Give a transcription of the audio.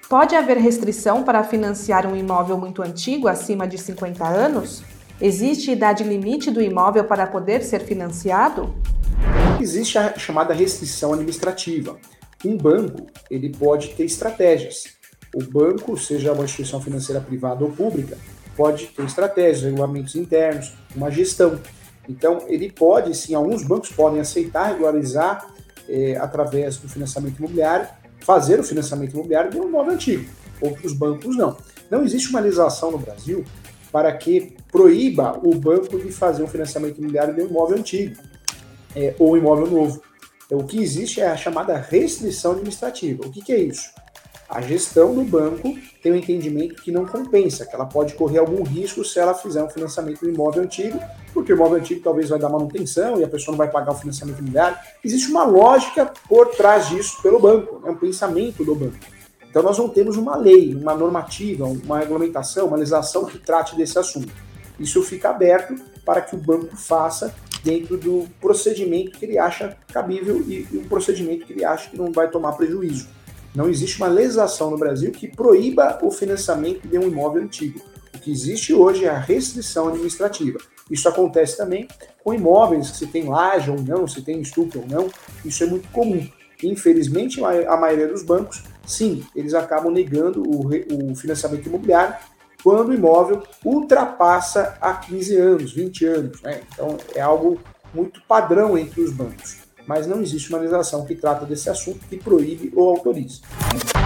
Pode haver restrição para financiar um imóvel muito antigo, acima de 50 anos? Existe idade limite do imóvel para poder ser financiado? Existe a chamada restrição administrativa. Um banco, ele pode ter estratégias. O banco, seja uma instituição financeira privada ou pública, pode ter estratégias, regulamentos internos, uma gestão. Então, ele pode, sim, alguns bancos podem aceitar, regularizar, através do financiamento imobiliário, fazer o financiamento imobiliário de um imóvel antigo. Outros bancos não. Não existe uma legislação no Brasil para que proíba o banco de fazer um financiamento imobiliário de um imóvel antigo ou um imóvel novo. Então, o que existe é a chamada restrição administrativa. O que é isso? A gestão do banco tem um entendimento que não compensa, que ela pode correr algum risco se ela fizer um financiamento do imóvel antigo, porque o imóvel antigo talvez vai dar manutenção e a pessoa não vai pagar o financiamento imobiliário. Existe uma lógica por trás disso pelo banco, um pensamento do banco. Então nós não temos uma lei, uma normativa, uma regulamentação, uma legislação que trate desse assunto. Isso fica aberto para que o banco faça dentro do procedimento que ele acha cabível e um procedimento que ele acha que não vai tomar prejuízo. Não existe uma legislação no Brasil que proíba o financiamento de um imóvel antigo. O que existe hoje é a restrição administrativa. Isso acontece também com imóveis que se tem laje ou não, se tem estuque ou não. Isso é muito comum. Infelizmente, a maioria dos bancos, sim, eles acabam negando o financiamento imobiliário quando o imóvel ultrapassa a 15 anos, 20 anos. Né? Então, é algo muito padrão entre os bancos. Mas não existe uma legislação que trata desse assunto, que proíbe ou autoriza.